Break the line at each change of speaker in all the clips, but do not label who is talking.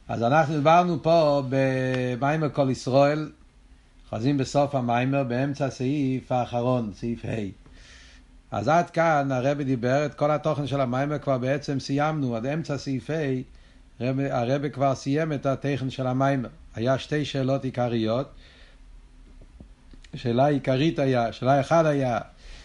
אז אנחנו דיברנו פה במיימר כל ישראל, חוזרים בסוף המיימר, באמצע הסעיף האחרון, סעיף ה'. אז עד כאן הרב דיבר את כל התוכן של המיימר, כבר בעצם סיימנו, עד אמצע סעיף ה', הרב כבר סיים את התוכן של המיימר. היה שתי שאלות עיקריות. שאלה אחת היה,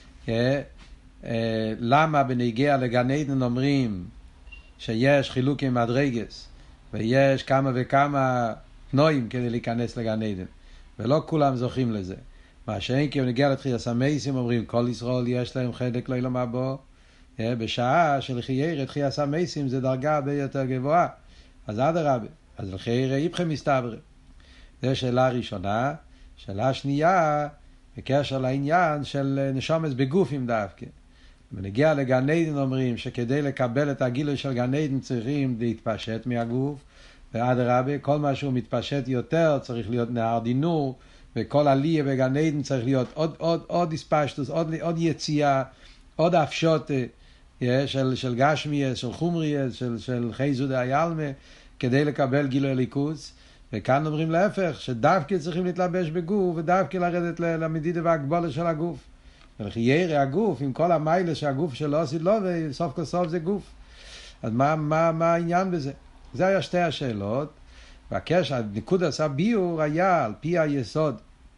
למה בנגיע לגן עדן אומרים שיש חילוקים מדרגס, ויש כמה וכמה תנועים כדי להיכנס לגן עדן, ולא כולם זוכים לזה. מה שאין כי בנגיע לתחיית המסים אומרים כל ישראל יש להם חלק לעולם הבא, בשעה שלחייר תחיית המסים זה דרגה הרבה יותר גבוהה. אז אדרבה, אז לחייר איפכם מסתבר. זו שאלה ראשונה. שאלה שנייה, בקשר לעניין של נשומס בגופים דווקא. בנגיע לגן עדן אומרים שכדי לקבל את הגילוי של גן עדן צריכים להתפשט מהגוף, ואדרבה, כל מה שהוא מתפשט יותר צריך להיות נהר דינור, וכל עלייה בגן עדן צריך להיות עוד הספשטוס, עוד יציאה, עוד הפשוט של גשמיה, של חומריה, של חייזו דיילמה, כדי לקבל גילוי הליכוז. וכאן אומרים להפך, שדווקא צריכים להתלבש בגוף, ודווקא לרדת למדידה והגבולה של הגוף. ולכי ירא הגוף, עם כל המיילה שהגוף שלו עשית לו, וסוף כל סוף זה גוף. אז מה העניין בזה? זה היה שתי השאלות, והקשר, נקודת הביור היה על פי היסוד,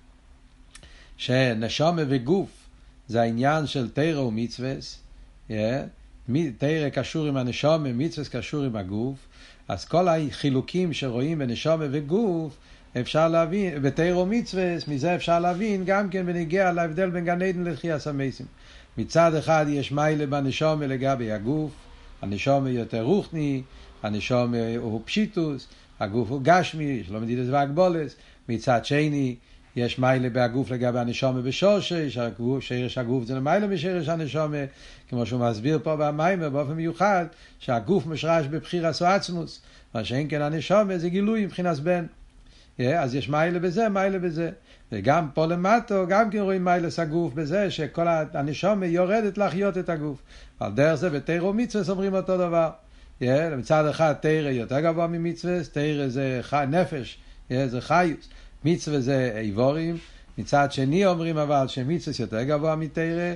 שנשמה וגוף, זה העניין של תורה ומצווס, תורה קשור עם הנשמה, מצווס קשור עם הגוף, אז כל החילוקים שרואים בנשמה וגוף, אפשר להבין, בתורה ומצווס, מזה אפשר להבין גם כן בנגיע להבדל בין גן עדן לתחיית המסים. מצד אחד יש מיילה בנשמה לגבי הגוף, הנשמה יותר רוחני, הנשמה הוא פשיטוס, הגוף הוא גשמי, יש לו מדידות והגבולת. מצד שני, יש מיילה בהגוף לגבי הנשמה בשורש, שרש הגוף זה למיילה משרש הנשמה, כמו שהוא מסביר פה במיימר באופן מיוחד, שהגוף משרש בבחירס ועצמוס, מה שאין כן הנשמה זה גילוי מבחינת בן. אז יש מיילה בזה, מיילה בזה. וגם פה למטו, גם כן רואים מיילס הגוף בזה, שכל הנשמה יורדת להחיות את הגוף. על דרך זה בתורה ומצווה אומרים אותו דבר. מצד אחד תורה יותר גבוה ממצווה, תורה זה נפש, זה חיוס. מצווה זה איבורים. מצד שני אומרים אבל שמצווה יותר גבוה מתורה,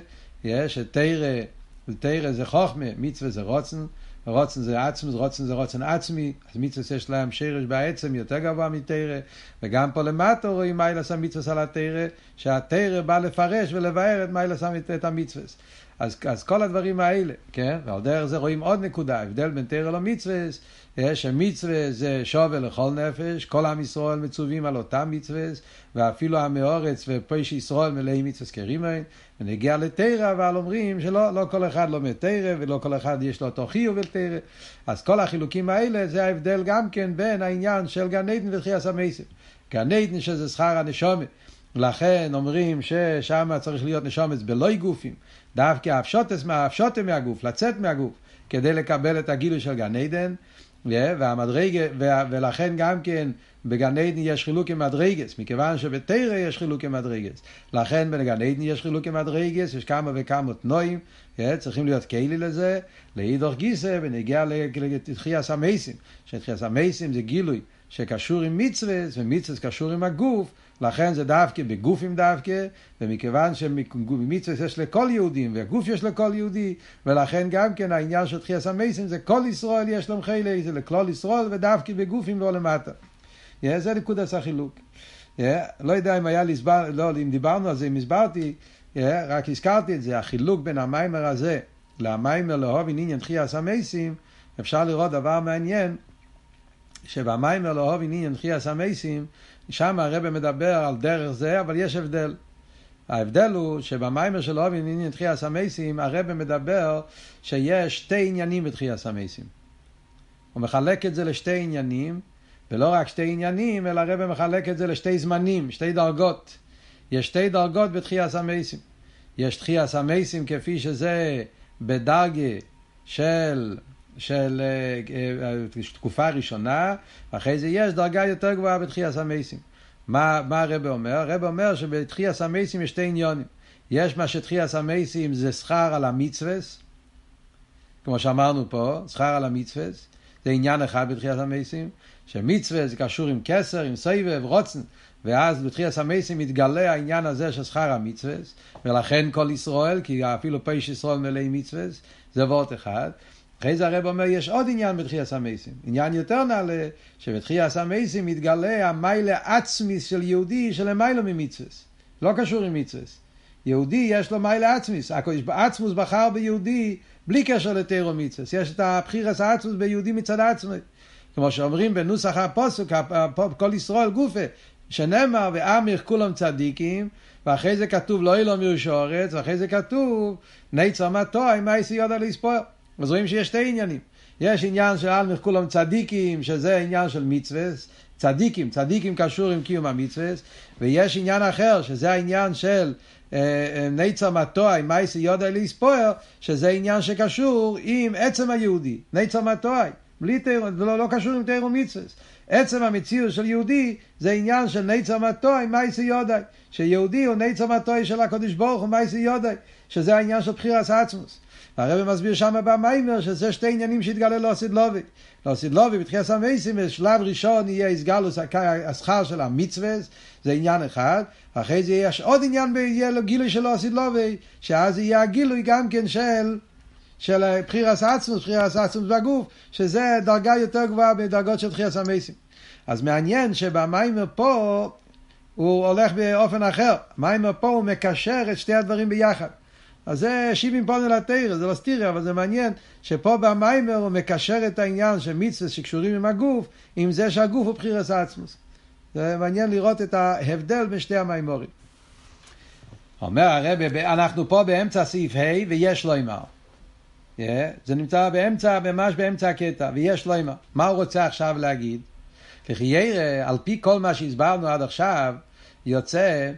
שתורה זה חוכמה, מצווה זה רוצן, רוצן זה עצמי, רוצן זה רוצן עצמי, אז מצווה יש להם שרש בעצם יותר גבוה מתורה, וגם פה למטה רואים מיילס המצווה על התורה, שהתורה בא לפרש ולבאר את מיילס המצווה. אז כל הדברים האלה, כן? ועל דרך זה רואים עוד נקודה, הבדל בין תורה למצווה, שמצווה זה שווה לכל נפש, כל עם ישראל מצווים על אותם מצווה, ואפילו המאורץ ופויש ישראל מלאי מצווה כרימון, ונגיע לתורה, אבל אומרים שלא כל אחד לומד תורה, ולא כל אחד יש לו אותו חיוב אל תורה. אז כל החילוקים האלה זה ההבדל גם כן בין העניין של גן עדן ותחיית המסים. גן עדן שזה שכר הנשמה, לכן אומרים ששם צריך להיות נשומץ בלוי גופים, דווקא הפשוטה מהגוף, לצאת מהגוף, כדי לקבל את הגילוי של גן עדן, ולכן גם כן בגן עדן יש חילוקי מדרגס, מכיוון שבתורה יש חילוקי מדרגס, לכן בגן עדן יש חילוקי מדרגס, יש כמה וכמה תנועים, צריכים להיות כלי לזה. להידור גיסא ונגיע לתחיית המסים, שתחיית המסים זה גילוי שקשור עם מצווה, ומצווה קשור עם הגוף, לכן זה דווקא בגופים דווקא, ומכיוון שמצווה יש לכל יהודים, והגוף יש לכל יהודי, ולכן גם כן העניין של תחיית המסים זה כל ישראל יש להם חלק, זה לכל ישראל, ודווקא בגופים לא למטה. זה נקודת החילוק. לא יודע אם היה לי אם דיברנו על זה, אם הסברתי, רק הזכרתי את זה, החילוק בין המיימר הזה למיימר לאהוב עניין תחיית המסים, אפשר לראות דבר מעניין, שבמיימר לאהוב עניין תחיית המסים, שם הרב מדבר על דרך זה, אבל יש הבדל. ההבדל הוא שבמיימר של לאהוב עניין תחיית המסים, הרב מדבר שיש שתי עניינים בתחיית המסים. הוא מחלק את זה לשתי עניינים, ולא רק שתי עניינים, אלא הרב מחלק את זה לשתי זמנים, שתי דרגות. יש שתי דרגות בתחיית המסים. יש תחיית המסים כפי שזה בדרגה של תקופה ראשונה, אחרי זה יש דרגה יותר גבוהה בתחיית המסים. מה הרב אומר? הרב אומר שבתחיית המסים יש שתי עניונים. יש מה שתחיית המסים זה שכר על המצווה, כמו שאמרנו פה, שכר על המצווה, זה עניין אחד בתחיית המסים, שמצווה זה קשור עם כסר, עם סבב, רוצן, ואז בתחיית המסים מתגלה העניין הזה של שכר המצווה, ולכן כל ישראל, כי אפילו פייש ישראל מלאי מצווה, זה וורט אחד. אחרי זה הרב אומר, יש עוד עניין בתחיית המסים, עניין יותר נעלה, שבתחיית המסים מתגלה המיילה עצמיס של יהודי שלמיילו ממצווה, לא קשור עם מצווה. יהודי יש לו מיילה עצמיס, עצמוס בחר ביהודי בלי קשר לתורה מצווה, יש את הבחירס העצמוס ביהודי מצד עצמי, כמו שאומרים בנוסח הפסוק, כל ישראל גופה, שנאמר ואמיר כולם צדיקים, ואחרי זה כתוב לא אילום ירשורץ, ואחרי זה כתוב ניצר מטוי מייסי יודע להספור. אז רואים שיש שתי עניינים, יש עניין של אמיר כולם צדיקים, שזה עניין של מצווה, צדיקים קשור עם קיום המצווה, ויש עניין אחר שזה העניין של ניצר מטוי מייסי יודע להספור, שזה עניין שקשור עם עצם היהודי, ניצר מטוי בלי תירו, לא קשור עם תירו מצווה. עצם המציאות של יהודי זה עניין של ניצר מטוי מייסי יודעי, שיהודי הוא ניצר מטוי של הקדוש ברוך הוא מייסי יודעי, שזה העניין של בחירס עצמוס. הרב מסביר שם במיימר שזה שתי עניינים שהתגלה לאוסידלובי. לאוסידלובי בתחיית המסים בשלב ראשון יהיה הסגלוס השכר של המצווה, זה עניין אחד. אחרי זה יש עוד עניין, יהיה לו גילוי של לאוסידלובי, שאז יהיה הגילוי גם כן של בחירס עצמוס בגוף, שזה דרגה יותר גבוהה בדרגות של תחיית המסים. אז מעניין שבמיימר פה הוא הולך באופן אחר. המיימר פה הוא מקשר את שתי הדברים ביחד. אז זה שיבים פונים לתורה, זה לא סתירה, אבל זה מעניין שפה במיימר הוא מקשר את העניין של מצוות שקשורים עם הגוף, עם זה שהגוף הוא בחירס עצמוס. זה מעניין לראות את ההבדל בין שתי המיימורים. אומר הרב, אנחנו פה באמצע סעיף ה' ויש לו אמר. זה נמצא ממש באמצע הקטע, ויש לו אמר. מה הוא רוצה עכשיו להגיד? לכי יראה, על פי כל מה שהסברנו עד עכשיו, יוצא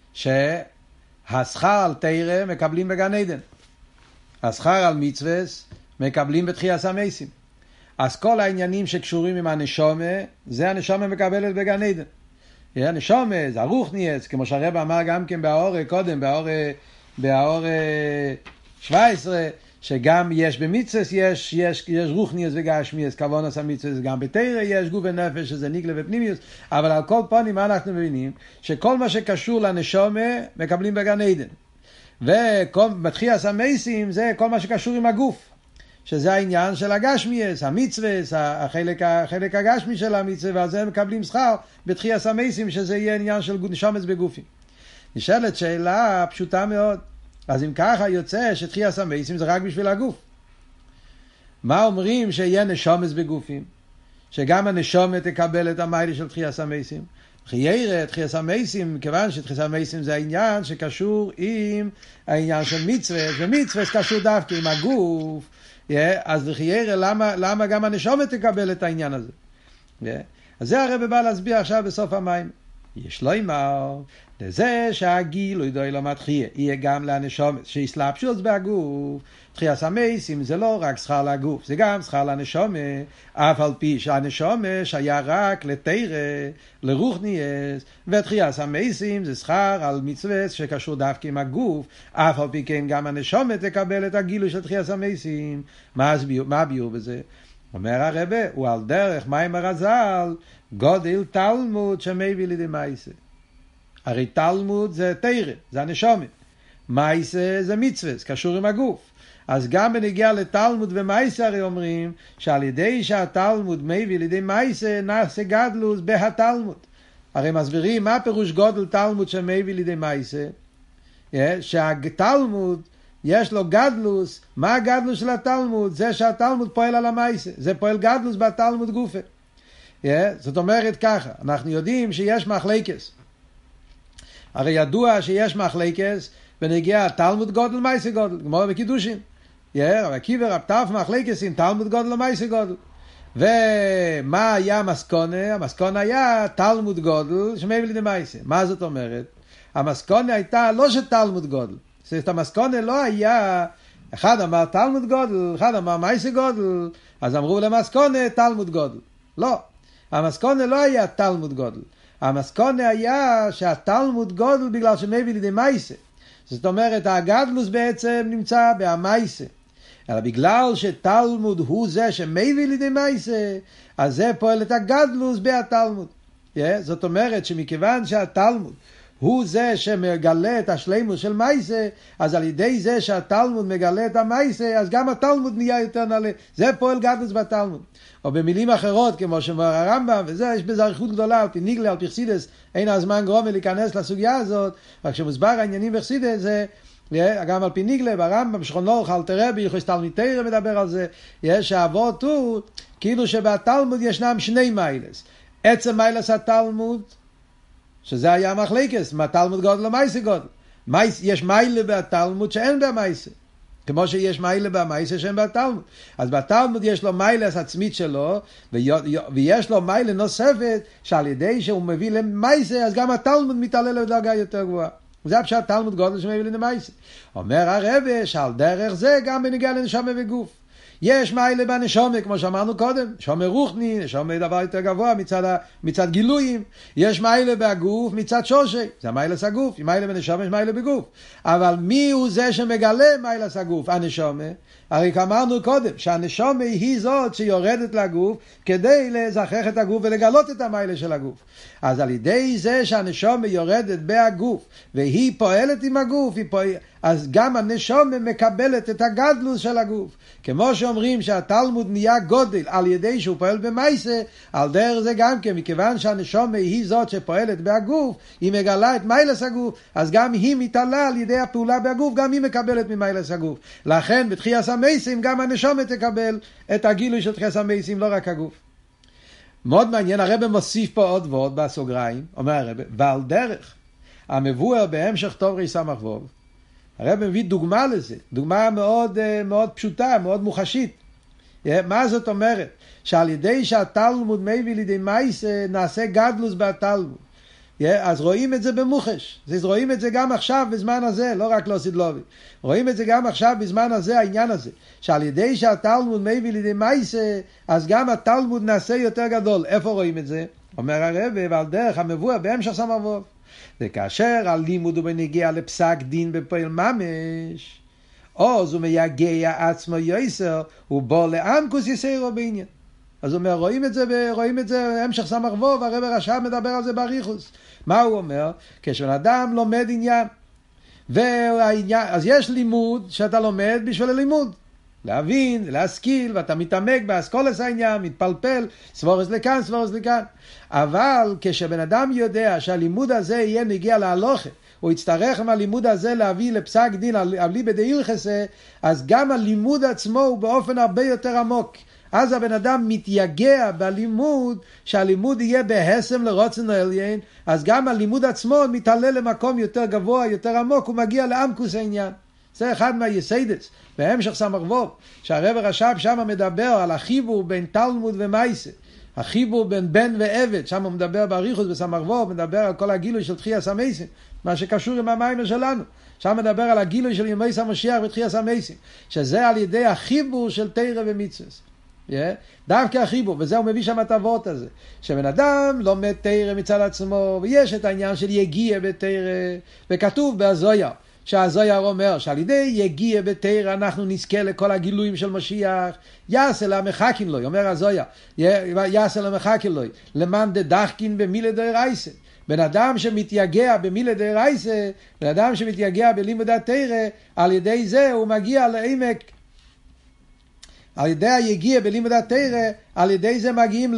שהשכר על תורה מקבלים בגן עדן. השכר על מצווה מקבלים בתחיית המסים. אז כל העניינים שקשורים עם הנשמה, זה הנשמה מקבלת בגן עדן. הנשמה זה הרוחניאס, כמו שהרב אמר גם כן באור קודם, באור 17, שגם יש במצווה, יש רוחניאס וגשמיאס, כוונס המצווה, גם בתורה יש גוף ונפש, שזה ניקלה ופנימיוס, אבל על כל פנים מה אנחנו מבינים? שכל מה שקשור לנשמה מקבלים בגן עדן. ובתחיית המסים זה כל מה שקשור עם הגוף, שזה העניין של הגשמיאס, המצווה, החלק הגשמי של המצווה, ועל זה מקבלים שכר בתחיית המסים, שזה יהיה עניין של נשמס בגופים. נשאלת שאלה פשוטה מאוד. אז אם ככה יוצא שתחיית המסים זה רק בשביל הגוף. מה אומרים שיהיה נשומס בגופים? שגם הנשומת תקבל את המיילה של תחיית המסים. חיירה, תחיית המסים, כיוון שתחיית המסים זה העניין שקשור עם העניין של מצווה, ומצווה קשור דווקא עם הגוף, אז לחיירה, למה גם הנשומת תקבל את העניין הזה? אז זה הרב בא להסביר עכשיו בסוף המים. יש לו אמר, לזה שהגיל ידוי לא מתחייה, יהיה גם לנשומת, שיסלאפשוס בהגוף. תחיית המסים זה לא רק שכר לגוף, זה גם שכר לנשומת, אף על פי שהנשומת היה רק לתורה, לרוחניאס, ותחיית המסים זה שכר על מצווה שקשור דווקא עם הגוף, אף על פי כן גם הנשומת תקבל את הגילוי של תחיית המסים. מה הביאו בזה? אומר הרב, הוא על דרך מיימר הז"ל, גודל תלמוד שמביא לידי מייסה. הרי תלמוד זה תורה, זה הנשומת. מייסה זה מצווה, זה קשור עם הגוף. אז גם בנגיע לתלמוד ומייסה הרי אומרים שעל ידי שהתלמוד מביא לידי מייסה נעשה גדלוס בהתלמוד. הרי מסבירים מה פירוש גודל תלמוד שמביא לידי מייסה? שהתלמוד יש לו גדלוס. מה הגדלוס של התלמוד? זה שהתלמוד פועל על המייסה. זה פועל גדלוס בתלמוד גופה. זאת אומרת ככה, אנחנו יודעים שיש מחלקס. הרי ידוע שיש מחלקס בנגיע תלמוד גודל מייסה גודל, כמו בקידושין. רב עקיבא רב טרפון מחלקס עם תלמוד גודל ומייסה גודל. ומה היה המסקונה? המסקונה היה תלמוד גודל שמביא לידי מייסה. מה זאת אומרת? המסקונה הייתה לא שתלמוד גודל. זאת המסקונה לא היה, אחד אמר תלמוד גודל, אחד אמר מייסה גודל, אז אמרו למסקונה תלמוד גודל. לא. המסקונה לא היה תלמוד גודל. המסקונה היה שהתלמוד גודל בגלל שמביא לידי מייסה. זאת אומרת, הגדלוס בעצם נמצא בהמייסה. אלא בגלל שתלמוד הוא זה שמביא לידי מייסה, אז זה פועל את הגדלוס בהתלמוד. זאת אומרת שמכיוון שהתלמוד הוא זה שמגלה את השלימוס של מייסה, אז על ידי זה שהתלמוד מגלה את המייסה, אז גם התלמוד נהיה יותר נעלה. זה פועל גדלוס בתלמוד. או במילים אחרות, כמו שאומר הרמב"ם, וזה, יש בזה אריכות גדולה, על פי ניגלה, על פי חסידס, אין הזמן גרום להיכנס לסוגיה הזאת, רק שמוסבר העניינים בחסידס, זה גם על פי ניגלה, ברמב"ם, שכונו, אלתר רבי, יחוס תלמיד תורה מדבר על זה, יש האבות הוא, כאילו שבתלמוד ישנם שני מיילס. עצם מיילס התלמוד, שזה היה מחלקס, מה תלמוד גודל או מייסה גודל. יש מיילה בתלמוד שאין בה מייסה. כמו שיש מיילה במייסה שאין בתלמוד. אז בתלמוד יש לו מיילס עצמית שלו, ויש לו מיילה נוספת, שעל ידי שהוא מביא למייסה, אז גם התלמוד מתעלה לדרגה יותר גבוהה. זה הפשט תלמוד גודל שמביא למייסה. אומר הרב שעל דרך זה גם בנגיע לנשמה וגוף. יש מיילה בנשמה, כמו שאמרנו קודם, נשמה רוחני, נשמה דבר יותר גבוה מצד גילויים. יש מיילה בגוף מצד שושי, זה מיילס הגוף, מיילה בנשמה יש מיילה בגוף. אבל מי הוא זה שמגלה מיילס הגוף? הנשמה. הרי אמרנו קודם, שהנשמה היא זאת שיורדת לגוף, כדי לזכח את הגוף ולגלות את המיילה של הגוף. אז על ידי זה שהנשמה יורדת בהגוף, והיא פועלת עם הגוף, אז גם הנשמה מקבלת את הגדלוס של הגוף. כמו שאומרים שהתלמוד נהיה גודל על ידי שהוא פועל במייסה, על דרך זה גם כן, מכיוון שהנשמה היא זאת שפועלת בהגוף, היא מגלה את מיילס הגוף, אז גם היא מתעלה על ידי הפעולה בהגוף, גם היא מקבלת ממיילס הגוף. לכן בתחייס המייסים גם הנשמה תקבל את הגילוי של תחייס המייסים, לא רק הגוף. מאוד מעניין, הרב מוסיף פה עוד ועוד בסוגריים, אומר הרב, ועל דרך המבואר בהמשך תורה סמך וו, הרב מביא דוגמה לזה, דוגמה מאוד מאוד פשוטה, מאוד מוחשית. מה זאת אומרת? שעל ידי שהתלמוד מביא לידי מייסה, נעשה גדלוס בתלמוד. אז רואים את זה במוחש. רואים את זה גם עכשיו בזמן הזה, לא רק לא סדלובי. רואים את זה גם עכשיו בזמן הזה, העניין הזה. שעל ידי שהתלמוד מביא לידי מייסה, אז גם התלמוד נעשה יותר גדול. איפה רואים את זה? אומר הרב, ועל דרך המבואר בהמשך סמך וו. זה כאשר הלימוד הוא בנגיע לפסק דין בפועל ממש, אז הוא מייגע עצמו יויסר, הוא בוא לעמקוס יסיירו בעניין. אז הוא אומר, רואים את זה המשך סמך וו, והרב הרש"ב מדבר על זה באריכות. מה הוא אומר? כשבן אדם לומד עניין, אז יש לימוד שאתה לומד בשביל הלימוד. להבין, להשכיל, ואתה מתעמק באסכולס העניין, מתפלפל, סבורס לכאן, סבורס לכאן. אבל כשבן אדם יודע שהלימוד הזה יהיה נגיע להלוכה, הוא יצטרך מהלימוד הזה להביא לפסק דין על ליבא דהילכסה, אז גם הלימוד עצמו הוא באופן הרבה יותר עמוק. אז הבן אדם מתייגע בלימוד, שהלימוד יהיה בהסם לרוצן העליין, אז גם הלימוד עצמו מתעלה למקום יותר גבוה, יותר עמוק, הוא מגיע לעמקוס העניין. זה אחד מהיסיידס, בהמשך סמך וו, שהרב הרש"ב שם מדבר על החיבור בין תלמוד ומייסה, החיבור בין בן ועבד, שם הוא מדבר באריכות בסמך וו, מדבר על כל הגילוי של תחייס המייסים, מה שקשור עם המים שלנו, שם מדבר על הגילוי של ימי המשיח ותחייס המייסים, שזה על ידי החיבור של תורה ומצוות. דווקא החיבור, וזה הוא מביא שם את הוות הזה, שבן אדם לומד תורה מצד עצמו, ויש את העניין של יגיע בתורה, וכתוב בהזויר, שהזויר אומר שעל ידי יגיע בתורה אנחנו נזכה לכל הגילויים של משיח, יעשה למחכין לו, אומר הזויר, יעשה למחכין לו, למען דדחקין במילה דאורייסה. בן אדם שמתייגע במילה דאורייסה, בן אדם שמתייגע בלימוד התורה, על ידי זה הוא מגיע לעמק, על ידי היגיע בלימוד התורה, על ידי זה מגיעים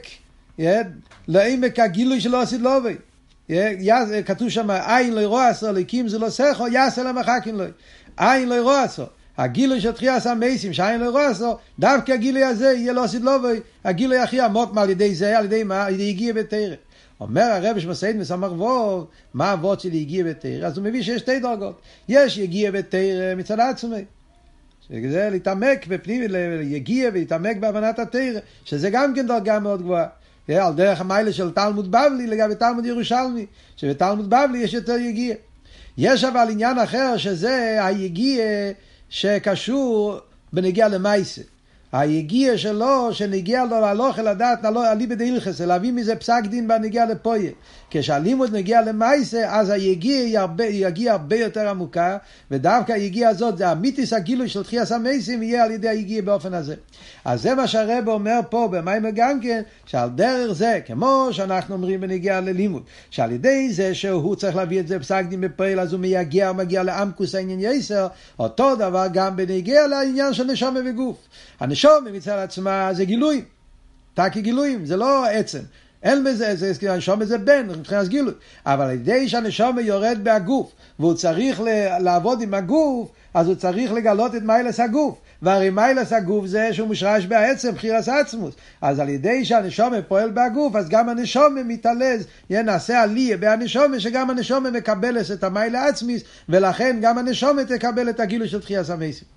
לעמק הגילוי של עושית לובי. כתוב שם, עין לא ירוע עשו, ליקים זה לא סכו, יעשה למחכין לו. עין לא ירוע עשו. הגילוי של תחייס המייסים, שעין לא ירוע עשו, דווקא הגילוי הזה יהיה לא עושית לובי, הגילוי הכי עמוק על ידי זה, על ידי מה? על ידי יגיע בתורה. אומר הרב שמסעיד מסמך וו, מה הוות של יגיע בתורה? אז הוא מביא שיש שתי דרגות. יש יגיע בתורה מצד עצמי. שזה להתעמק בפנים, יגיע ולהתעמק בהבנת התורה, שזה גם כן דרגה מאוד גבוהה. על דרך המיילה של תלמוד בבלי לגבי תלמוד ירושלמי, שבתלמוד בבלי יש יותר יגיע. יש אבל עניין אחר שזה היגיע שקשור בנגיע למייסה. היגיע שלו, שנגיע לו להלוך אל הדעת, אליבא דהילכס, להביא מזה פסק דין בנגיע לפויה. כשהלימוד נגיע למעשה, אז היגיע יגיע הרבה יותר עמוקה, ודווקא היגיע הזאת, זה המיתיס הגילוי של תחיית המתים, יהיה על ידי היגיע באופן הזה. אז זה מה שהרב אומר פה, במיימר גם כן, שעל דרך זה, כמו שאנחנו אומרים בנגיע ללימוד, שעל ידי זה שהוא צריך להביא את זה פסק דין בפועל, אז הוא מגיע לעמקוס העניין יסר, אותו דבר גם בנגיע לעניין של נשמה וגוף. הנשמה מצד עצמה זה גילויים, תקי גילויים, זה לא עצם. אין בזה, הנשמה זה בן, מבחינת גילוי. אבל על ידי שהנשמה יורד בהגוף, והוא צריך לעבוד עם הגוף, אז הוא צריך לגלות את מיילס הגוף. והרי מיילס הגוף זה שהוא מושרש בעצם, בחירס עצמוס. אז על ידי שהנשמה פועל בהגוף, אז גם הנשמה מתעלז, נעשה עליה בהנשמה, שגם הנשמה מקבלת את המיילה עצמיס, ולכן גם הנשמה תקבל את הגילוי של תחיית המתים.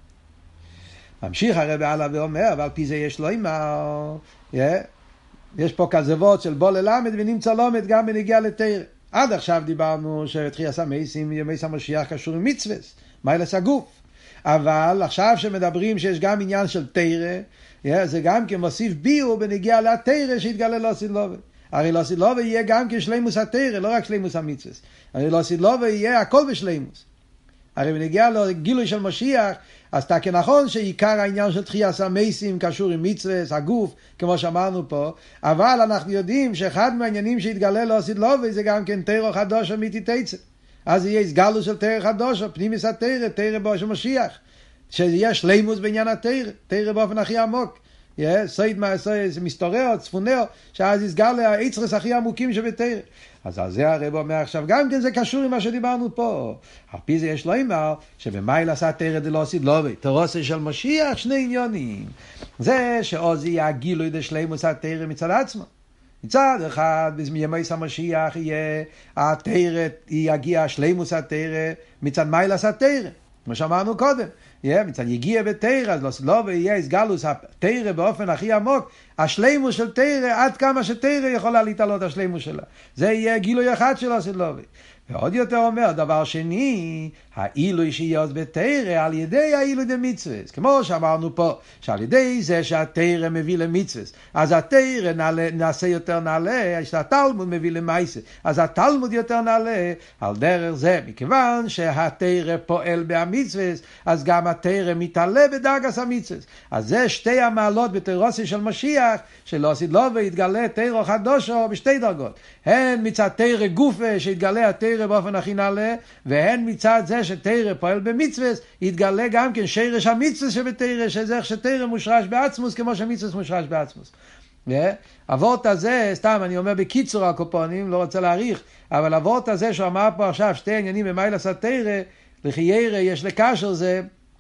ממשיך הרב הלאה ואומר, אבל פי זה יש לו אימא, יש פה כזבות של בוא ללמד ונמצא לומד גם בנגיע לתורה. עד עכשיו דיברנו שתחיית המתים, ימי המשיח קשור עם מצוות, מיילס הגוף. אבל עכשיו שמדברים שיש גם עניין של תורה, זה גם כמוסיף ביור בנגיע לתורה שהתגלה לא סילובה. הרי לא סילובה יהיה גם כשלימוס התורה, לא רק שלימוס המצוות. הרי לא סילובה יהיה הכל בשלימוס. הרי בנגיע לגילוי של משיח, אז אתה כנכון שעיקר העניין של תחיית המתים קשור עם מצוות, הגוף, כמו שאמרנו פה, אבל אנחנו יודעים שאחד מהעניינים שהתגלה לא סילובה זה גם כן תורה חדוש אמיתי תצא. אז יהיה סגלוס של תורה חדוש, פנימיס התורה, תורה בו של משיח, שיהיה שלימוס בעניין התורה, תורה באופן הכי עמוק. סייד מסתורר, צפונר, שאז יסגל היצרס הכי עמוקים שבתורה. אז על זה הרב אומר עכשיו, גם כן זה קשור עם מה שדיברנו פה. על פי זה יש לו אמר, שבמייל עשה תורה דלא סילובה, תורוסה של משיח, שני עניונים. זה שעוז יהיה הגילוי דשלימוס התורה מצד עצמו. מצד אחד, בימי המשיח יהיה התורה, יגיע שלימוס התורה מצד מיילס התורה, כמו שאמרנו קודם. מצד יגיע בתורה, אז לא יהיה סגלוס התורה באופן הכי עמוק, השלימוס של תורה, עד כמה שתורה יכולה להתעלות השלימוס שלה. זה יהיה גילוי אחד שלו סילובי. ועוד יותר אומר, דבר שני, העילוי שיהיה בתורה על ידי העילוי דמצוות. כמו שאמרנו פה, שעל ידי זה שהתורה מביא למצוות, אז התורה נעשה יותר נעלה, שהתלמוד מביא למעשה, אז התלמוד יותר נעלה, על דרך זה, מכיוון שהתורה פועל בהמצוות, אז גם התורה מתעלה בדרגת המצוות. אז זה שתי המעלות בתורוסי של משיח, שלא סילובה יתגלה תורה חדושו בשתי דרגות. הן מצד תורה גופה שהתגלה התורה באופן הכי נעלה, והן מצד זה שתורה פועל במצוות, יתגלה גם כן שרש המצוות שבתורה, שזה איך שתורה מושרש בעצמוס, כמו שמצוות מושרש בעצמוס. אבות הזה, סתם אני אומר בקיצור הקופונים, לא רוצה להאריך, אבל אבות הזה שהוא אמר פה עכשיו שתי עניינים במיילס התורה, לחיירה יש לקשר זה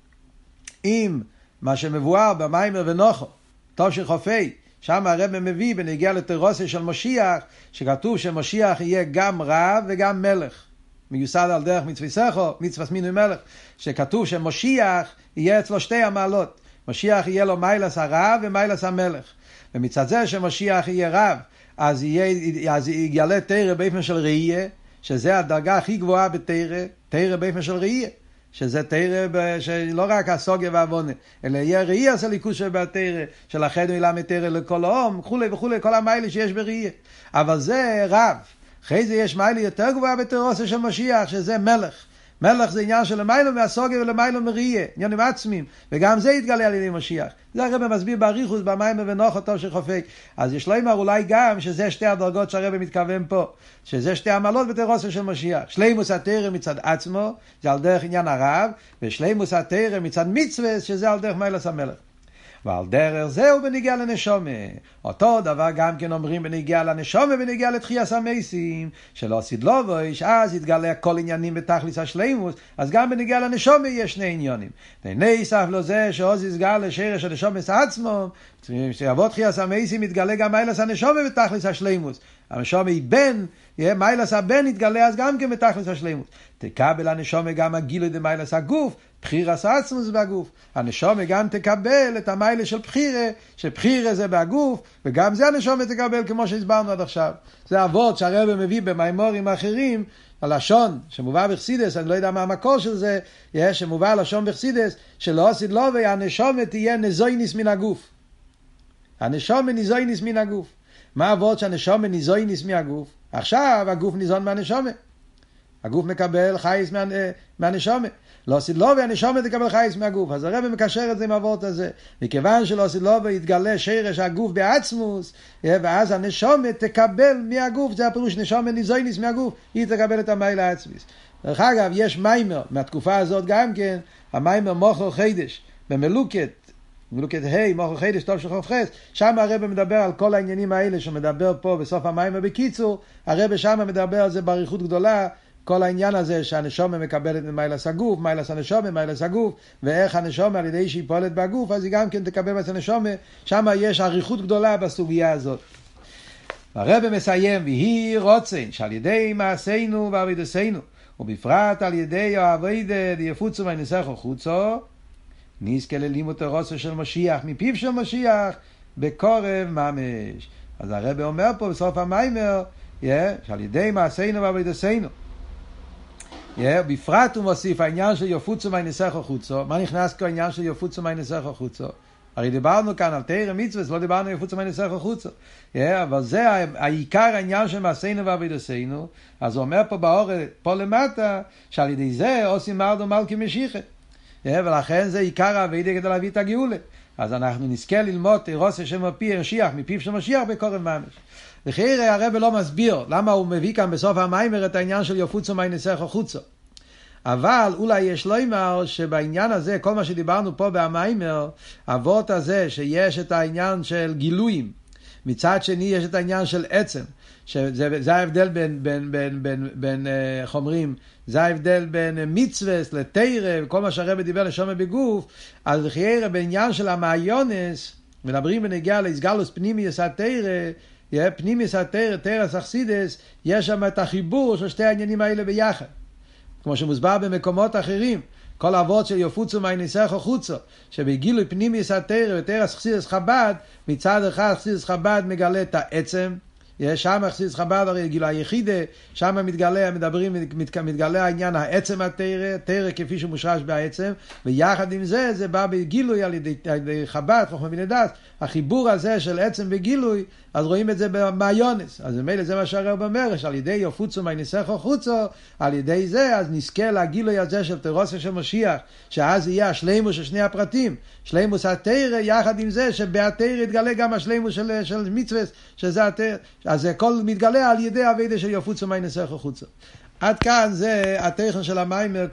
עם מה שמבואר במיימר ונוחו, טוב שחופי, שם הרב מביא בנגיע לתורוסה של משיח, שכתוב שמשיח יהיה גם רב וגם מלך. מיוסד על דרך מצווסךו, מצווס מינוי מלך, שכתוב שמשיח יהיה אצלו שתי המעלות. משיח יהיה לו מיילס הרב ומיילס המלך. ומצד זה שמשיח יהיה רב, אז יגלה תורה באופן של ראייה, שזה הדרגה הכי גבוהה בתורה, תורה באופן של ראייה. שזה תורה שלא רק הסוגיה והעוונה, אלא יהיה ראייה של ליכוז שבתורה, שלכן הוא ילמד תורה לכל העם, וכולי וכולי, כל המיילה שיש בראייה. אבל זה רב. אחרי זה יש מיילה יותר גבוהה בתורוסה של משיח, שזה מלך. מלך זה עניין של למיילו מהסוגיה ולמיילו מראייה, עניינים עצמיים, וגם זה יתגלה על ידי משיח. זה הרב מסביר באריכות, במיימר ונוחו טוב שחופק. אז יש לו אמר אולי גם שזה שתי הדרגות שהרב מתכוון פה, שזה שתי המעלות בתורוסה של משיח. שלימוס התורה מצד עצמו, זה על דרך עניין הרב, ושלימוס התורה מצד מצווה, שזה על דרך מיילס המלך. ועל דרך זהו בנגיע לנשומה. אותו דבר גם כן אומרים בנגיע לנשומה ובנגיע לתחיית המתים, שלא סילובויש, אז יתגלה כל עניינים בתכלית השלימוס, אז גם בנגיע לנשומה יש שני עניינים. נסף לו זה שעוז יסגל לשרש הנשומה עצמו, שיבוא תחיית המתים יתגלה גם מיילס הנשומה בתכלית השלימוס. הנשום היא בן, מיילס הבן יתגלה אז גם כן בתכלס השלימות. תקבל הנשום גם הגילוי דמיילס הגוף, בחירס עצמוס בגוף. הנשום גם תקבל את המיילס של בחירה, שבחירה זה בגוף, וגם זה הנשום תקבל כמו שהסברנו עד עכשיו. זה אבות שהרב מביא במיימורים האחרים, הלשון שמובא בחסידס, אני לא יודע מה המקור של זה, שמובא הלשון בחסידס, שלא עשית לו והנשום תהיה נזויניס מן הגוף. הנשום ניזויניס מן הגוף. מה אבות שהנשום ניזויניס מהגוף? עכשיו הגוף ניזון מהנשום. הגוף מקבל חייס מהנשום. לא עשית לו והנשום תקבל חייס מהגוף. אז הרב מקשר את זה עם אבות הזה. מכיוון שלא עשית לו ויתגלה שרש הגוף בעצמוס, ואז הנשום תקבל מהגוף, זה הפירוש נשום ניזויניס מהגוף, היא תקבל את המייל העצמיס. דרך אגב, יש מיימר מהתקופה הזאת גם כן, המיימר מוכר חידש, במלוקת ה' מוכר חידש טוב של חופכס, שם הרב מדבר על כל העניינים האלה שמדבר פה בסוף המיימר בקיצור, הרב שם מדבר על זה באריכות גדולה, כל העניין הזה שהנשום מקבלת ממיילס הגוף, מיילס הנשום, מיילס הגוף, ואיך הנשום על ידי שהיא פועלת בגוף, אז היא גם כן תקבל את הנשום, שם יש אריכות גדולה בסוגיה הזאת. הרב מסיים, והיא רוצן, שעל ידי מעשינו ועבודתנו, ובפרט על ידי העבודה יפוצו מהנסך החוצו, נזכה ללימוד הרוצה של משיח, מפיו של משיח, בקורב ממש. אז הרב אומר פה בסוף המיימר, שעל ידי מעשינו ועבודתנו, בפרט הוא מוסיף העניין של יפוצו מהנסך החוצו. מה נכנס כאן העניין של יפוצו מהנסך החוצו? הרי דיברנו כאן על תורה מצוות, לא דיברנו יפוצו מהנסך החוצו. אבל זה העיקר העניין של מעשינו ועבודתנו. אז הוא אומר פה באור, פה למטה, שעל ידי זה עושים מרדו מלכי משיחה. ולכן זה עיקר העבודה כדי להביא את הגאולה. אז אנחנו נזכה ללמוד תירוס השם מפי משיח, מפיו של משיח בקורב ממש. וכי הרב לא מסביר למה הוא מביא כאן בסוף המיימר את העניין של יפוצו מהנסך החוצו. אבל אולי יש לומר שבעניין הזה, כל מה שדיברנו פה במיימר, אבות הזה שיש את העניין של גילויים, מצד שני יש את העניין של עצם, שזה ההבדל בין חומרים, זה ההבדל בין מצווה לתורה, וכל מה שהרב דיבר לשום בגוף, אז לכי בעניין של המעיונס, מדברים בנגיע להסגלוס פנימיוס התורה, פנימיוס התורה, תרס אכסידס, יש שם את החיבור של שתי העניינים האלה ביחד. כמו שמוסבר במקומות אחרים, כל אבות של יפוצו מהנסך החוצו, שבגילוי פנימיוס התורה ותרס אכסידס חב"ד, מצד אחד אכסידס חב"ד מגלה את העצם, שם אכסידס חב"ד הרי גילוי היחידה, שם מתגלה העניין העצם התורה, תורה כפי שמושרש בעצם, ויחד עם זה, זה בא בגילוי על ידי חב"ד, חוכמה ונדס, החיבור הזה של עצם וגילוי, אז רואים את זה במעיונס. אז במילא זה מה שהרב אומר, שעל ידי יפוצו מהנסך החוצו, על ידי זה, אז נזכה לגילוי הזה של תירוס של משיח, שאז יהיה השלימוס של שני הפרטים, שלימוס התורה, יחד עם זה, שבהתורה יתגלה גם השלימוס של מצווה, שזה התורה. אז זה כל מתגלה על ידי העבודה של יפוצו מהנסך החוצו. עד כאן זה הטכן של המיימר.